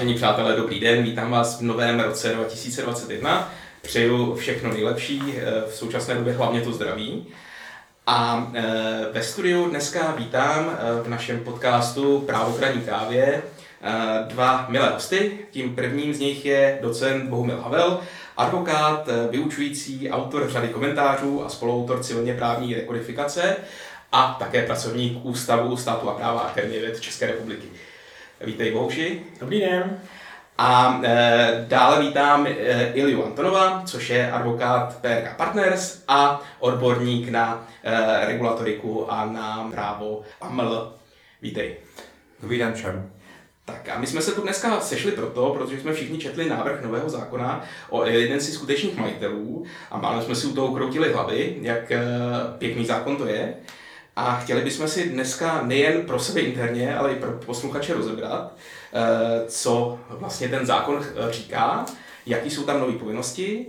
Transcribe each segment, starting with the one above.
Vážení přátelé, dobrý den, vítám vás v novém roce 2021. Přeju všechno nejlepší, v současné době hlavně to zdraví. A ve studiu dneska vítám v našem podcastu Právo k ranní kávě dva milé hosty. Tím prvním z nich je docent Bohumil Havel, advokát, vyučující, autor řady komentářů a spoluautor civilně právní rekodifikace a také pracovník Ústavu státu a práva Akademie věd České republiky. Vítej, Bohuši. Dobrý den. A dále vítám Ilju Antonova, což je advokát PRK Partners a odborník na regulatoriku a na právo AML. Vítej. Dobrý den všem. Tak a my jsme se tu dneska sešli protože jsme všichni četli návrh nového zákona o evidenci skutečných majitelů a málem jsme si u toho ukroutili hlavy, jak pěkný zákon to je. A chtěli bychom si dneska nejen pro sebe interně, ale i pro posluchače rozebrat, co vlastně ten zákon říká, jaký jsou tam nové povinnosti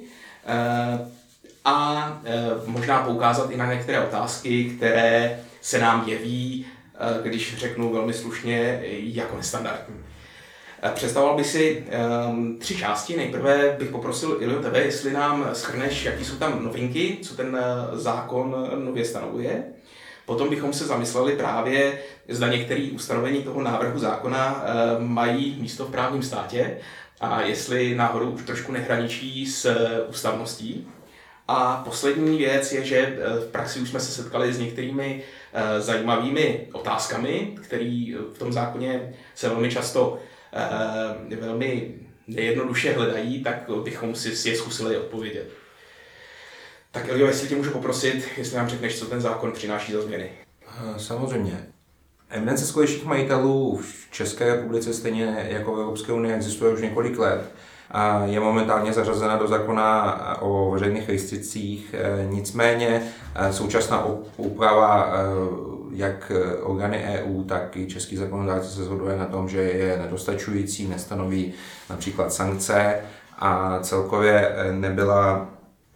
a možná poukázat i na některé otázky, které se nám jeví, když řeknu velmi slušně, jako nestandardní. Představoval bych si 3 části. Nejprve bych poprosil Iljo tebe, jestli nám shrneš, jaký jsou tam novinky, co ten zákon nově stanovuje. Potom bychom se zamysleli právě, zda některé ustanovení toho návrhu zákona mají místo v právním státě a jestli náhodou už trošku nehraničí s ústavností. A poslední věc je, že v praxi už jsme se setkali s některými zajímavými otázkami, které v tom zákoně se velmi často velmi nejednoduše hledají, tak bychom si je zkusili odpovědět. Tak Iljo, jestli tě můžu poprosit, jestli nám řekneš, co ten zákon přináší za změny. Samozřejmě. Evidence skutečných majitelů v České republice stejně jako v Evropské unii existuje už několik let. A je momentálně zařazena do zákona o veřejných rejstřících, nicméně současná úprava jak orgány EU, tak i český zákonodárce se shoduje na tom, že je nedostačující, nestanoví například sankce a celkově nebyla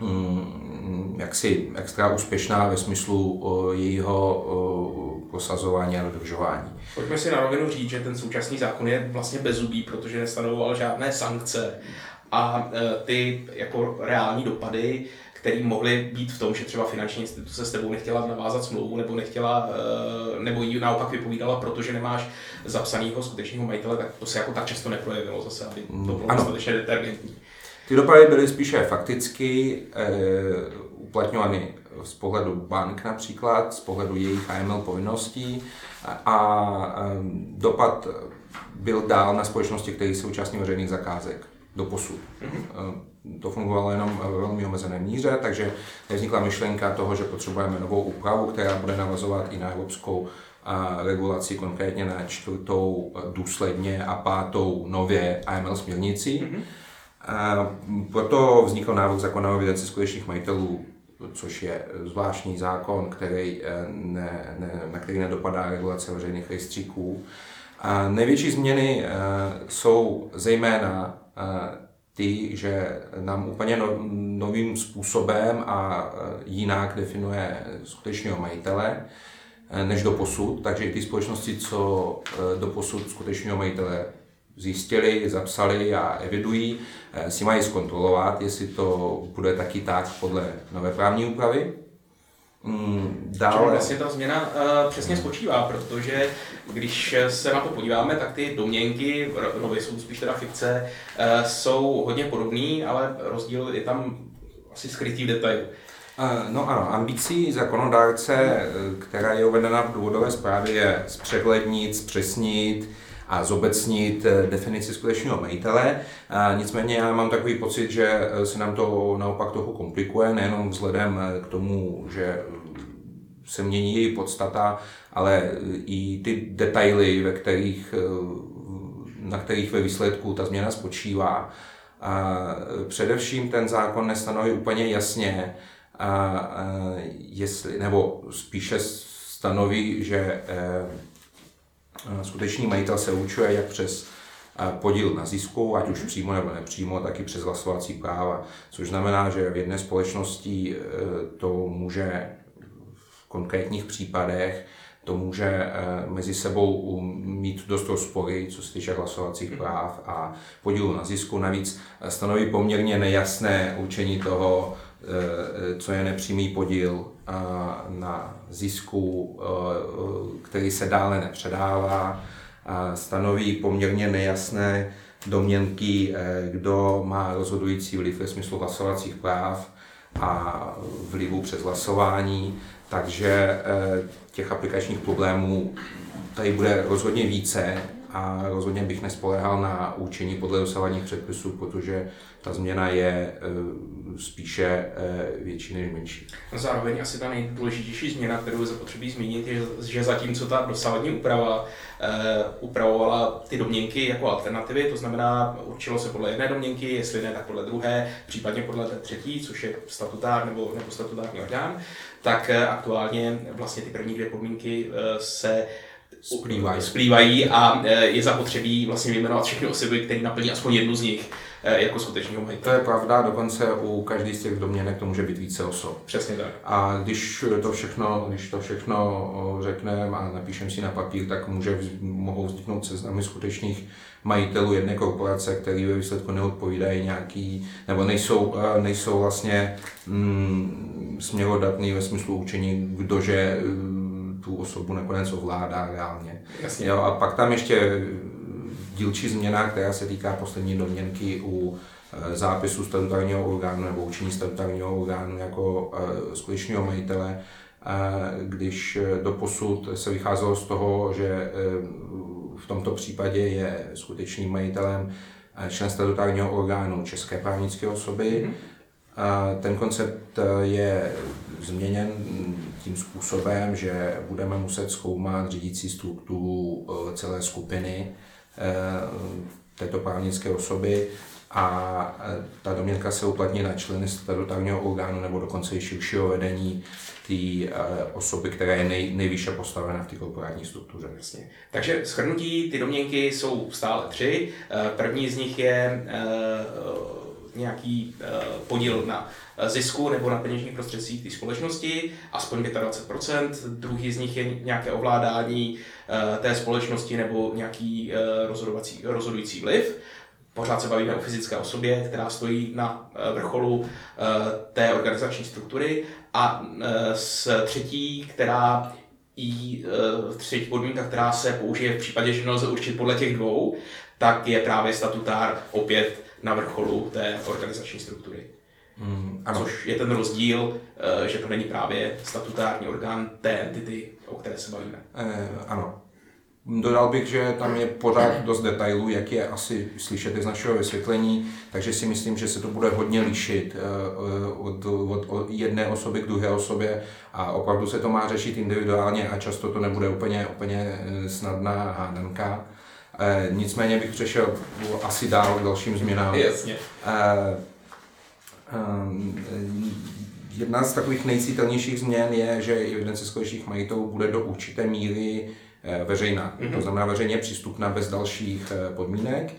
jaksi extra úspěšná ve smyslu jejího prosazování a dodržování. Pojďme si na rovinu říct, že ten současný zákon je vlastně bezzubý, protože nestanovoval žádné sankce a ty jako reální dopady, které mohly být v tom, že třeba finanční instituce s tebou nechtěla navázat smlouvu nebo ji naopak vypovídala, protože nemáš zapsanýho skutečného majitele, tak to se jako tak často neprojevilo zase, aby to bylo dostatečně detergentní. Ty dopady byly spíše fakticky uplatňovány z pohledu bank například, z pohledu jejich AML povinností a dopad byl dál na společnosti, které se účastní veřejných zakázek doposud. To fungovalo jenom ve velmi omezené míře, takže nevznikla myšlenka toho, že potřebujeme novou úpravu, která bude navazovat i na evropskou regulaci, konkrétně na 4. důsledně a 5. nově AML směrnici. Proto vznikl návrh zákona o evidenci skutečných majitelů, což je zvláštní zákon, na který nedopadá regulace veřejných rejstříků. Největší změny jsou zejména ty, že nám úplně novým způsobem a jinak definuje skutečného majitele než doposud, takže i ty společnosti, co doposud skutečného majitele zjistili, zapsali a evidují, si mají zkontrolovat, jestli to bude taky tak podle nové právní úpravy. Čemu vlastně ta změna přesně spočívá, protože když se na to podíváme, tak ty domněnky, nově jsou spíš teda fikce, jsou hodně podobný, ale rozdíl je tam asi skrytý v detailu. No ano, ambicí zákonodárce, která je uvedena v důvodové zprávě, je zpřehlednit, zpřesnit a zobecnit definici skutečného majitele. Nicméně já mám takový pocit, že se nám to naopak trochu komplikuje, nejenom vzhledem k tomu, že se mění její podstata, ale i ty detaily, na kterých ve výsledku ta změna spočívá. Především ten zákon nestanoví úplně jasně, nebo spíše stanoví, že skutečný majitel se určuje jak přes podíl na zisku, ať už přímo nebo nepřímo, tak i přes hlasovací práva. Což znamená, že v jedné společnosti to může v konkrétních případech to může mezi sebou mít dost rozpory, co se týče hlasovacích práv a podílu na zisku. Navíc stanoví poměrně nejasné určení toho, co je nepřímý podíl na zisku, který se dále nepředává. Stanoví poměrně nejasné domněnky, kdo má rozhodující vliv ve smyslu hlasovacích práv a vlivu přes hlasování, takže těch aplikačních problémů tady bude rozhodně více a rozhodně bych nespoléhal na učení podle dosavadních předpisů, protože ta změna je spíše větší než menší. Zároveň asi ta nejdůležitější změna, kterou je zapotřebí zmínit, je, že zatímco ta dosavadní úprava upravovala ty domněnky jako alternativy, to znamená určilo se podle jedné domněnky, jestli ne, tak podle druhé, případně podle té třetí, což je statutár nebo statutární orgán, tak aktuálně vlastně ty první dvě podmínky se splývají a je zapotřebí vlastně vyjmenovat všechny osoby, které naplní aspoň jednu z nich jako skutečného majitele. To je pravda, dokonce u každý z těch domněnek to může být více osob. Přesně tak. A když to všechno řekneme a napíšeme si na papír, tak mohou vzniknout seznamy skutečných majitelů jedné korporace, který ve výsledku neodpovídají nějaký, nebo nejsou vlastně směrodatný ve smyslu učení, kdože tu osobu nakonec ovládá reálně. Jasně. Jo, a pak tam ještě dílčí změna, která se týká poslední domněnky u zápisu statutárního orgánu nebo učení statutárního orgánu jako skutečného majitele, když doposud se vycházelo z toho, že v tomto případě je skutečným majitelem člen statutárního orgánu české právnické osoby. Ten koncept je změněn tím způsobem, že budeme muset zkoumat řídící strukturu celé skupiny této právnické osoby a ta domněnka se uplatní na členy statutárního orgánu nebo dokonce i širšího vedení té osoby, která je nejvýše postavena v té korporátní struktuře. Jasně. Takže shrnutí, ty domněnky jsou stále 3. První z nich je nějaký podíl na zisku nebo na peněžních prostředcích té společnosti, aspoň 25%. Druhý z nich je nějaké ovládání té společnosti nebo nějaký rozhodující vliv. Pořád se bavíme o fyzické osobě, která stojí na vrcholu té organizační struktury. A třetí podmínka, která se použije v případě, že nelze určit podle těch dvou, tak je právě statutár opět na vrcholu té organizační struktury. Ano. Což je ten rozdíl, že to není právě statutární orgán té entity, o které se bavíme. Ano. Dodal bych, že tam je pořád dost detailů, jak je asi slyšet z našeho vysvětlení, takže si myslím, že se to bude hodně lišit od jedné osoby k druhé osobě a opravdu se to má řešit individuálně a často to nebude úplně snadná hádanka. Nicméně bych přešel asi dál k dalším změnám. Jasně. Jedna z takových nejcitelnějších změn je, že evidence skutečných majitelů bude do určité míry veřejná. To znamená veřejně přístupná bez dalších podmínek.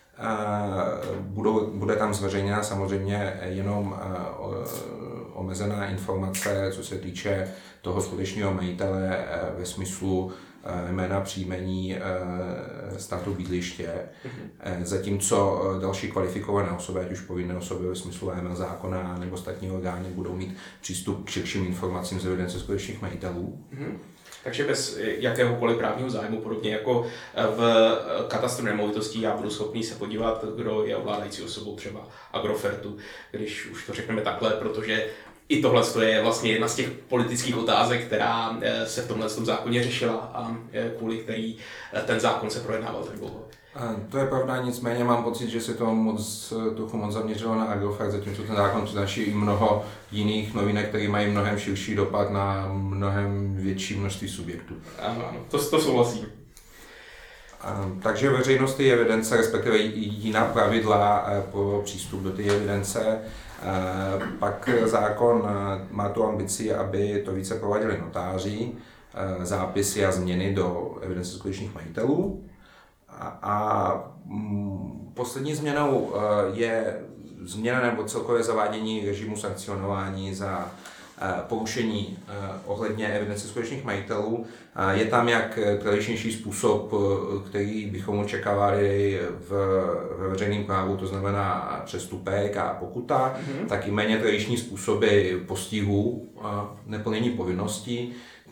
Bude tam zveřejněna samozřejmě jenom omezená informace, co se týče toho skutečného majitele ve smyslu jména, příjmení, státu bydliště, zatímco další kvalifikované osoby, ať už povinné osoby ve smyslu AML zákona nebo státní orgány, budou mít přístup k širším informacím z evidence skutečných majitelů. Takže bez jakéhokoliv právního zájmu, podobně jako v katastru nemovitostí, já budu schopný se podívat, kdo je ovládající osobou třeba Agrofertu, když už to řekneme takhle, protože i tohle je vlastně jedna z těch politických otázek, která se v tomhle zákoně řešila a kvůli který ten zákon se projednával tak dlouho. To je pravda, nicméně mám pocit, že se to trochu moc zaměřilo na Agrofert, zatímco ten zákon přináší i mnoho jiných novinek, které mají mnohem širší dopad na mnohem větší množství subjektů. Ano, to souhlasím. Takže veřejnosti evidence, respektive jiná pravidla pro přístup do té evidence. Pak zákon má tu ambici, aby to více prováděli notáři, zápisy a změny do evidence skutečných majitelů. A poslední změnou je změna nebo celkové zavádění režimu sankcionování za porušení ohledně evidence skutečných majitelů. Je tam jak tradičnější způsob, který bychom očekávali ve veřejném právu, to znamená přestupek a pokuta, tak i méně tradiční způsoby postihu a neplnění povinností,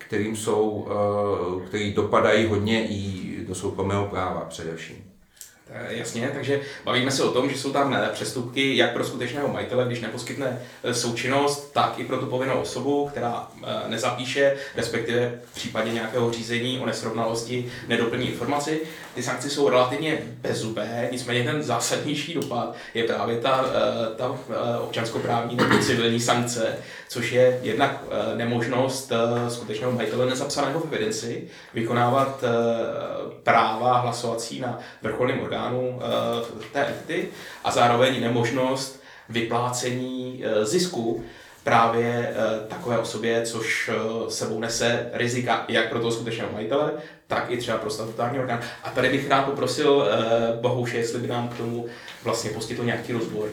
který dopadají hodně i do soukromého práva především. Jasně, takže bavíme se o tom, že jsou tam přestupky jak pro skutečného majitele, když neposkytne součinnost, tak i pro tu povinnou osobu, která nezapíše, respektive v případě nějakého řízení o nesrovnalosti nedoplní informaci. Ty sankce jsou relativně bezzubé, nicméně ten zásadnější dopad je právě ta občanskoprávní nebo civilní sankce, což je jednak nemožnost skutečného majitele nezapsaného v evidenci vykonávat práva hlasovací na vrcholném orgánu té entity a zároveň nemožnost vyplácení zisku právě takové osobě, což sebou nese rizika jak pro toho skutečného majitele, tak i třeba pro statutární orgán. A tady bych rád poprosil Bohouše, jestli by nám k tomu vlastně poskytl nějaký rozbor.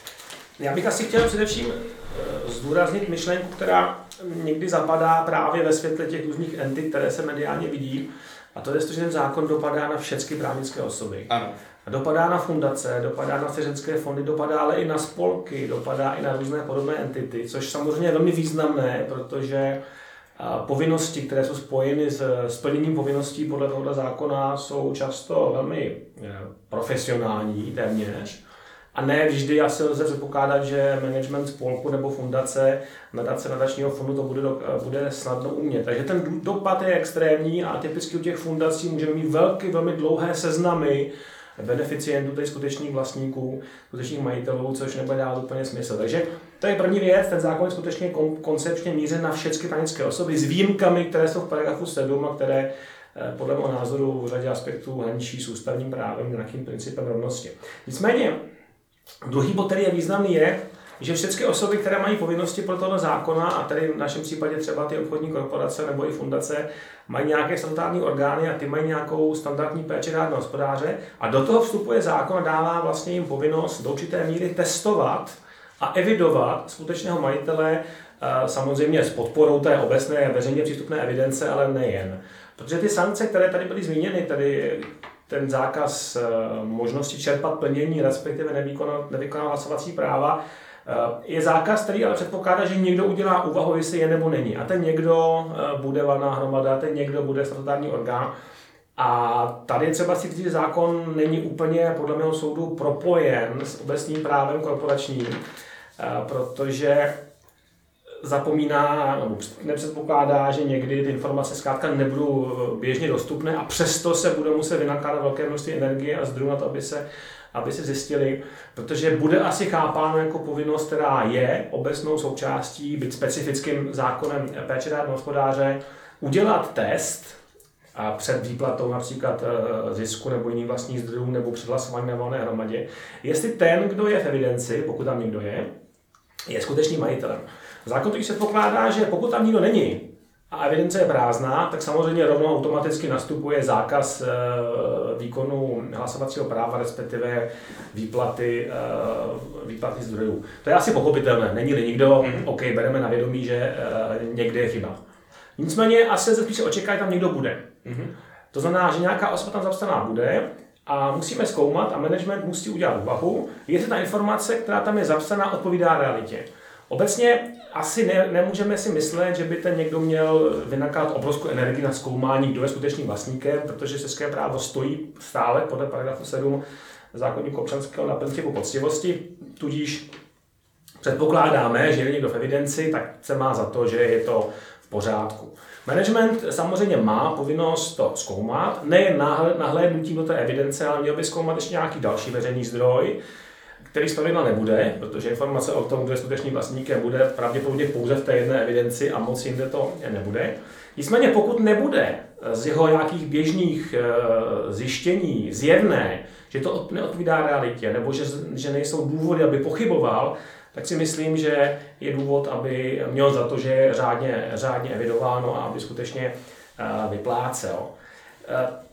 Já bych asi chtěl především zdůraznit myšlenku, která někdy zapadá právě ve světle těch různých entit, které se mediálně vidí. A to je, že ten zákon dopadá na všechny právnické osoby. Ano. Dopadá na fundace, dopadá na svěřenské fondy, dopadá ale i na spolky, dopadá i na různé podobné entity, což samozřejmě je velmi významné, protože povinnosti, které jsou spojeny s plněním povinností podle tohoto zákona, jsou často velmi profesionální téměř. A ne vždy asi lze předpokládat, že management spolku nebo fundace, nadačního fondu to bude snadno umět. Takže ten dopad je extrémní a typicky u těch fundací můžeme mít velmi dlouhé seznamy beneficientů, tedy skutečných vlastníků, skutečných majitelů, což nebude dávat úplně smysl. Takže to je první věc, ten zákon je skutečně koncepčně mířen na všechny právnické osoby s výjimkami, které jsou v paragrafu 7 a které podle mého názoru v řadě aspektů hraničí s ústavním právem, nějakým principem rovnosti. Nicméně, druhý bod, který je významný, je, že všechny osoby, které mají povinnosti podle tohoto zákona, a tady v našem případě třeba ty obchodní korporace nebo i fundace, mají nějaké statutární orgány a ty mají nějakou standardní péči řádného hospodáře a do toho vstupuje zákon a dává vlastně jim povinnost do určité míry testovat a evidovat skutečného majitele, samozřejmě s podporou té obecné veřejně přístupné evidence, ale nejen. Protože ty sankce, které tady byly zmíněny, tady ten zákaz možnosti čerpat plnění, respektive nevykonávat hlasovací práva, je zákaz, který ale předpokládá, že někdo udělá úvahu, jestli je nebo není. A ten někdo bude valná hromada, ten někdo bude statutární orgán. A tady je třeba si říct, že zákon není úplně, podle mého soudu, propojen s obecným právem korporačním, protože zapomíná, nebo nepředpokládá, že někdy ty informace zkrátka nebudou běžně dostupné a přesto se bude muset vynakládat velké množství energie a zdrojů na to, aby se zjistili, protože bude asi chápáno jako povinnost, která je obecnou součástí, byť specifickým zákonem péče řádného hospodáře, udělat test a před výplatou například zisku nebo jiných vlastních zdrojů nebo před hlasováním na valné hromadě, jestli ten, kdo je v evidenci, pokud tam někdo je skutečným majitelem. Zákon totiž se pokládá, že pokud tam nikdo není a evidence je prázdná, tak samozřejmě rovnou automaticky nastupuje zákaz výkonu hlasovacího práva, respektive výplaty zdrojů. To je asi pochopitelné. Není-li nikdo, OK, bereme na vědomí, že někde je chyba. Nicméně asi se spíše očeká, že tam někdo bude. To znamená, že nějaká osoba tam zapsaná bude a musíme zkoumat a management musí udělat úvahu, jestli ta informace, která tam je zapsaná, odpovídá realitě. Obecně asi nemůžeme si myslet, že by ten někdo měl vynakládat obrovskou energii na zkoumání, kdo je skutečným vlastníkem, protože české právo stojí stále podle paragrafu 7 zákoníku občanského na principu poctivosti, tudíž předpokládáme, že je někdo v evidenci, tak se má za to, že je to v pořádku. Management samozřejmě má povinnost to zkoumat, nejen nahlédnutím do té evidence, ale měl by zkoumat ještě nějaký další veřejný zdroj, který zpravidla nebude, protože informace o tom, kdo je skutečným vlastníkem, bude pravděpodobně pouze v té jedné evidenci a moc jinde to nebude. Nicméně pokud nebude z jeho nějakých běžných zjištění zjevné, že to neodpovídá realitě, nebo že nejsou důvody, aby pochyboval, tak si myslím, že je důvod, aby měl za to, že je řádně evidováno a aby skutečně vyplácel.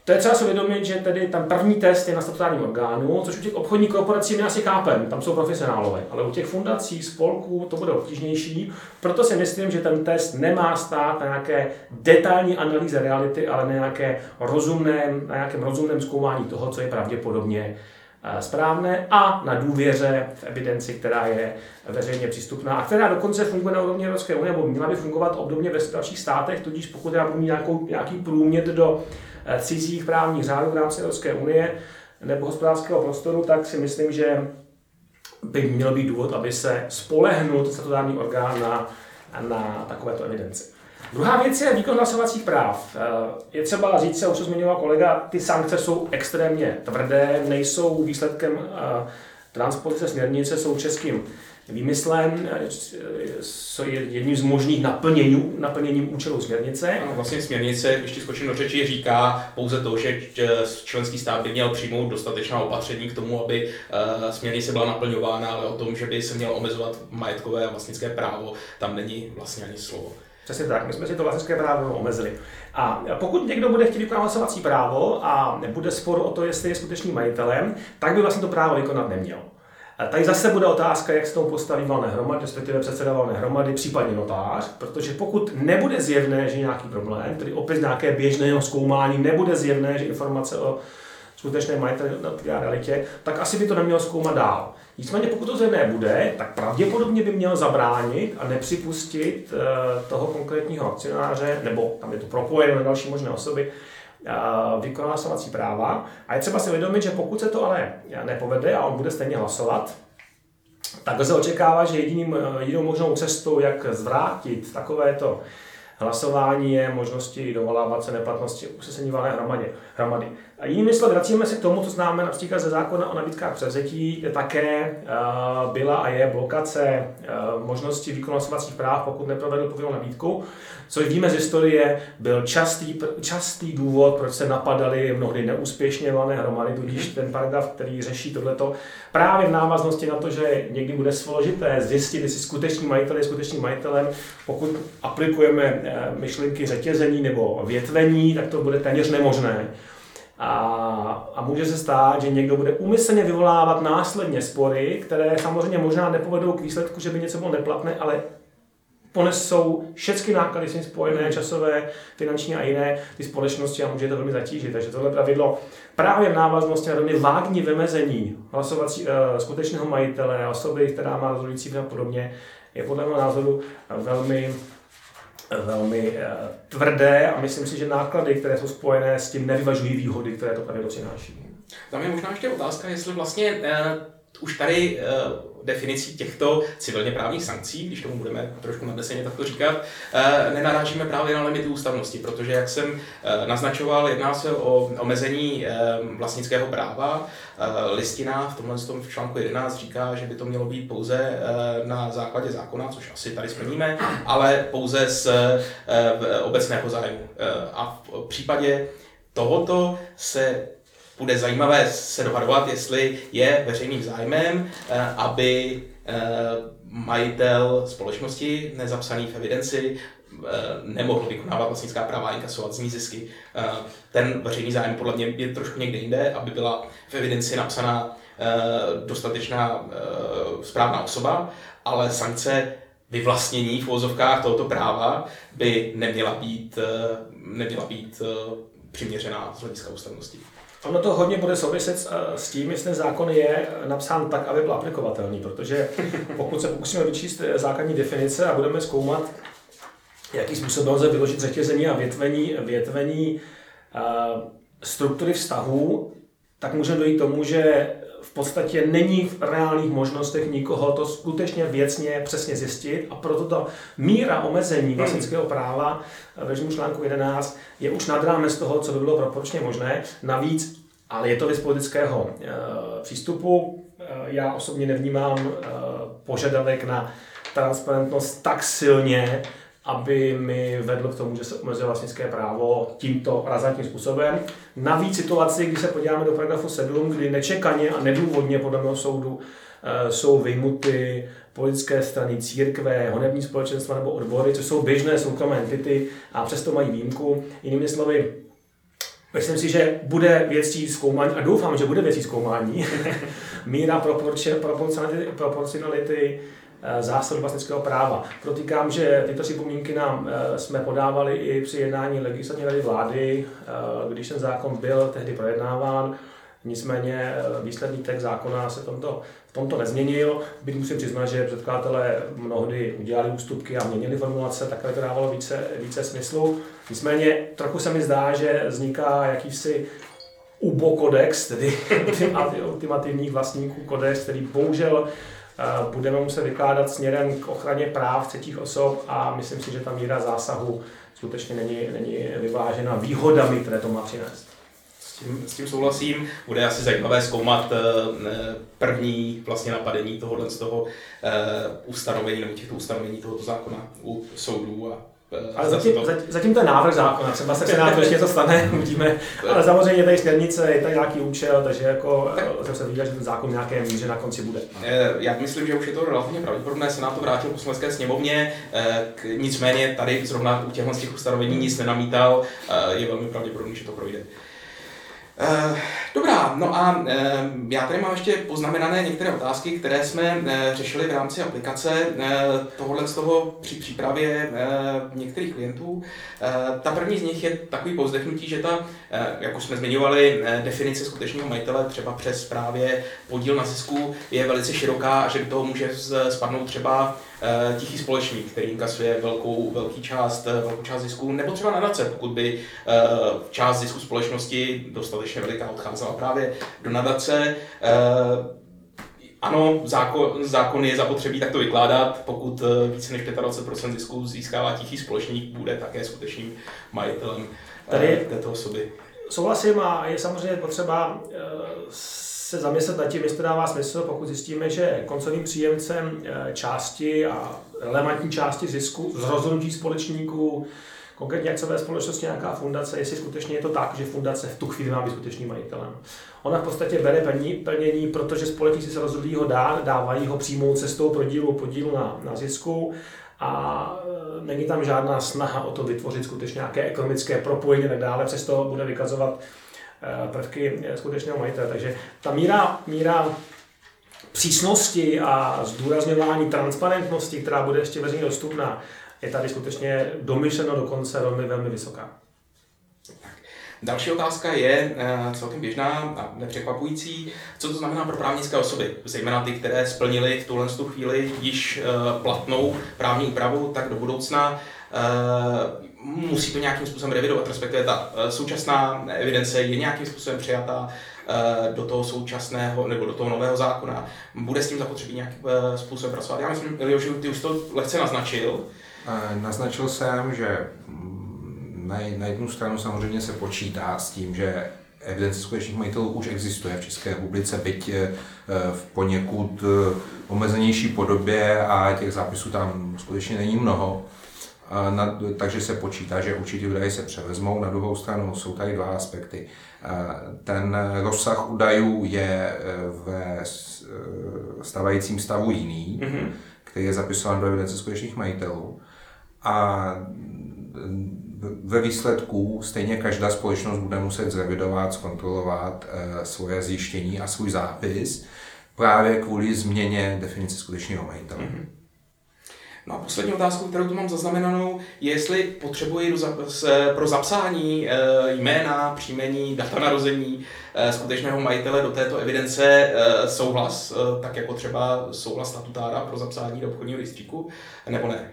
To je třeba si uvědomit, že tedy ten první test je na statutárním orgánu, což u těch obchodních korporací my asi chápeme, tam jsou profesionálové, ale u těch fundací, spolků to bude obtížnější, proto si myslím, že ten test nemá stát na nějaké detailní analýze reality, ale na nějakém rozumném zkoumání toho, co je pravděpodobně správné a na důvěře v evidenci, která je veřejně přístupná a která dokonce funguje na úrovni Evropské unie, nebo měla by fungovat obdobně ve dalších státech, tudíž pokud já budu mít nějaký průměr do cizích právních řádů v rámci Evropské unie nebo hospodářského prostoru, tak si myslím, že by měl být důvod, aby se spolehnul statutární orgán na takovéto evidenci. Druhá věc je výkon hlasovacích práv. Je třeba říct, už to zmiňoval kolega, ty sankce jsou extrémně tvrdé, nejsou výsledkem transpozice směrnice, jsou českým výmyslem, jsou jedním z možných naplněním účelu směrnice. Ano, vlastně směrnice, když ti skočím do řeči, říká pouze to, že členský stát by měl přijmout dostatečná opatření k tomu, aby směrnice byla naplňována, ale o tom, že by se mělo omezovat majetkové a vlastnické právo, tam není vlastně ani slovo. Přesně tak, my jsme si to vlastnické právo omezili. A pokud někdo bude chtít vykonat hlasovací právo a nebude spor o to, jestli je skutečným majitelem, tak by vlastně to právo vykonat neměl. A tady zase bude otázka, jak se tomu postaví valné hromady, respektive předseda valné hromady, případně notář, protože pokud nebude zjevné, že je nějaký problém, tedy opět nějaké běžného zkoumání, nebude zjevné, že informace o skutečné majiteli na realitě, tak asi by to nemělo zkoumat dál. Nicméně pokud to zjevné bude, tak pravděpodobně by měl zabránit a nepřipustit toho konkrétního akcionáře, nebo tam je to propojeno na další možné osoby, vykonat hlasovací práva. A je třeba si uvědomit, že pokud se to ale nepovede a on bude stejně hlasovat, tak lze očekávat, že jedinou možnou cestou, jak zvrátit takovéto hlasování, je možnosti dovolávat se neplatnosti usnesení valné hromady. A jinými slovy, vracíme se k tomu, co známe například ze zákona o nabídkách převzetí, kde také byla a je blokace možnosti výkonu hlasovacích práv, pokud neprovedl povinnou nabídku, což víme z historie, byl častý důvod, proč se napadaly mnohdy neúspěšně valné hromady, tudíž ten paragraf, který řeší tohleto, právě v návaznosti na to, že někdy bude složité zjistit, jestli skutečný majitel je skutečným majitelem, pokud aplikujeme myšlenky řetězení nebo větvení, tak to bude téměř nemožné. A může se stát, že někdo bude úmyslně vyvolávat následně spory, které samozřejmě možná nepovedou k výsledku, že by něco bylo neplatné, ale ponesou všechny náklady s tím spojené, časové, finanční a jiné ty společnosti a může to velmi zatížit. Takže tohle pravidlo právě v návaznosti na velmi vágní vymezení skutečného majitele, osoby, která má rozhodující vliv a podobně, je podle mého názoru velmi tvrdé a myslím si, že náklady, které jsou spojené s tím, nevyvažují výhody, které to pravidlo přináší. Tam je možná ještě otázka, jestli vlastně už tady definicí těchto civilně právních sankcí, když tomu budeme trošku nadneseně takto říkat, nenarážíme právě na limity ústavnosti, protože, jak jsem naznačoval, jedná se o omezení vlastnického práva. Listina v tomhle v článku 11 říká, že by to mělo být pouze na základě zákona, což asi tady splníme, ale pouze z obecného zájmu. A v případě tohoto bude zajímavé se dohadovat, jestli je veřejným zájmem, aby majitel společnosti nezapsaný v evidenci nemohl vykonávat vlastnická práva a inkasovat z ní zisky. Ten veřejný zájem podle mě je trošku někde jinde, aby byla v evidenci napsaná dostatečná správná osoba, ale sankce vyvlastnění v uvozovkách tohoto práva by neměla být přiměřená z hlediska ústavnosti. Ono to hodně bude souviset s tím, jestli ten zákon je napsán tak, aby byl aplikovatelný, protože pokud se pokusíme vyčíst základní definice a budeme zkoumat, jaký způsob lze vyložit řetězení a větvení struktury vztahů, tak můžeme dojít k tomu, že v podstatě není v reálných možnostech nikoho to skutečně věcně přesně zjistit a proto ta míra omezení vlastnického práva v režimu článku 11 je už nad rámec toho, co by bylo proporčně možné. Navíc, ale je to věc politického přístupu. Já osobně nevnímám požadavek na transparentnost tak silně, aby mi vedlo k tomu, že se omezuje vlastnické právo tímto razantním způsobem. Navíc situaci, když se podíváme do paragrafu 7, kdy nečekaně a nedůvodně podle mého soudu jsou vyjmuty politické strany, církve, honební společenstva nebo odbory, což jsou běžné soukromé entity a přesto mají výjimku. Jinými slovy, Myslím si, že bude věcí zkoumání, a doufám, že bude věcí zkoumání, míra proporcionality zásad vlastnického práva. Protýkám, že tyto připomínky nám jsme podávali i při jednání Legislativní rady vlády, když ten zákon byl tehdy projednáván. Nicméně výsledný text zákona se v tomto nezměnil. Byť musím přiznat, že předkladatelé mnohdy udělali ústupky a měnili formulace, takhle to dávalo více smyslu. Nicméně trochu se mi zdá, že vzniká jakýsi UBO kodex, tedy ultimativních vlastníků kodex, který bohužel budeme muset vykládat směrem k ochraně práv třetích osob a myslím si, že ta míra zásahu skutečně není vyvážena výhodami, které to má přinést. S tím souhlasím. Bude asi zajímavé zkoumat první vlastně napadení tohohle z toho ustanovení nebo těchto ustanovení tohoto zákona u soudů. Ale zatím to je návrh zákona, třeba se v Senátu ještě něco stane, uvidíme. Ale samozřejmě tady směrnice, je tady nějaký účel, takže jako jsem se viděl, že ten zákon v nějaké míře na konci bude. Já myslím, že už je to relativně pravděpodobné, Senát to vrátil Poslanecké sněmovně, nicméně tady zrovna u těchto z těch ustanovení nic nenamítal, je velmi pravděpodobný, že to projde. Dobrá, no a já tady mám ještě poznamenané některé otázky, které jsme řešili v rámci aplikace tohohle z toho při přípravě některých klientů. Ta první z nich je takový povzdechnutí, že ta, jak už jsme zmiňovali, definice skutečného majitele třeba přes právě podíl na zisku je velice široká a že do toho může spadnout třeba tichý společník, který inkasuje velkou část zisku, nebo třeba nadace, pokud by část zisku společnosti dostatečně veliká odcházela právě do nadace. Ano, zákon je zapotřebí takto vykládat, pokud více než 25% zisku získává tichý společník, bude také skutečným majitelem této osoby. Souhlasím a je samozřejmě potřeba se zamyslet nad tím, jestli to dává smysl, pokud zjistíme, že koncovým příjemcem části a relevantní části zisku z rozhodnutí společníků, konkrétně akciové společnosti, nějaká fundace, jestli skutečně je to tak, že fundace v tu chvíli má být skutečným majitelem. Ona v podstatě bere plnění, protože společníci se rozhodli ho dávají ho přímou cestou podílu na zisku a není tam žádná snaha o to vytvořit skutečně nějaké ekonomické propojení a tak dále, přesto bude vykazovat prvky skutečného majitele. Takže ta míra přísnosti a zdůrazňování transparentnosti, která bude ještě veřejně dostupná, je tady skutečně domyšleno dokonce velmi vysoká. Další otázka je celkem běžná a nepřekvapující. Co to znamená pro právnické osoby, zejména ty, které splnily v tuhle chvíli již platnou právní úpravu, tak do budoucna musí to nějakým způsobem revidovat, respektive ta současná evidence je nějakým způsobem přijatá do toho současného nebo do toho nového zákona. Bude s tím zapotřebí nějakým způsobem pracovat. Já myslím, Iljo, že ty už to lehce naznačil. Naznačil jsem, že na jednu stranu samozřejmě se počítá s tím, že evidence skutečných majitelů už existuje v České republice, byť v poněkud omezenější podobě a těch zápisů tam skutečně není mnoho. Takže se počítá, že určitě údaje se převezmou. Na druhou stranu jsou tady dva aspekty. Ten rozsah údajů je ve stávajícím stavu jiný, který je zapisován do evidence skutečných majitelů. A ve výsledku stejně každá společnost bude muset zrevidovat, zkontrolovat svoje zjištění a svůj zápis právě kvůli změně definice skutečného majitele. No a poslední otázku, kterou tu mám zaznamenanou, je, jestli potřebuji pro zapsání jména, příjmení, data narození skutečného majitele do této evidence souhlas, tak jako třeba souhlas statutára pro zapsání do obchodního rejstříku, nebo ne?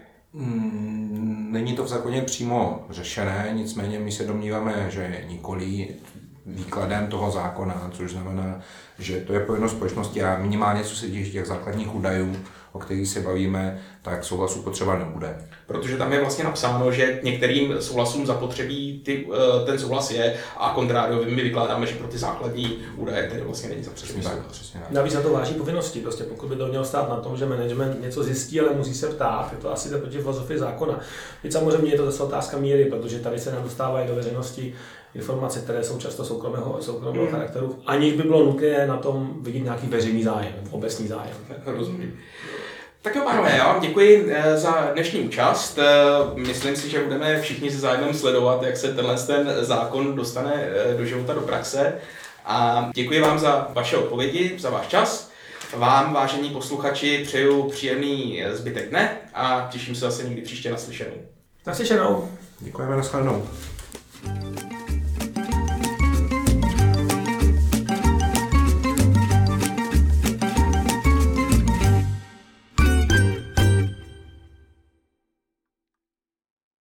Není to v zákoně přímo řešené, nicméně my se domníváme, že nikoli výkladem toho zákona, což znamená, že to je povinnost společnosti a minimálně co se týče těch základních údajů, o kterých se bavíme, tak souhlasu potřeba nebude. Protože tam je vlastně napsáno, že některým souhlasům zapotřebí ten souhlas je a kontrário, my vykládáme, že pro ty základní údaje tedy vlastně není zapotřebí souhlas. Navíc na to váží povinnosti, prostě pokud by to mělo stát na tom, že management něco zjistí, ale musí se ptát, je to asi proti filozofii zákona. Teď samozřejmě je to zase otázka míry, protože tady se nám dostávají do veřejnosti informace, které jsou často soukromého charakteru, aniž by bylo nutné na tom vidět nějaký veřejný zájem, obecný zájem. Rozumím. Tak jo, pánové, já vám děkuji za dnešní účast. Myslím si, že budeme všichni se zájmem sledovat, jak se ten zákon dostane do života, do praxe. A děkuji vám za vaše odpovědi, za váš čas. Vám, vážení posluchači, přeju příjemný zbytek dne a těším se zase někdy příště naslyšenou. Naslyšenou. Děkujeme, nashledanou.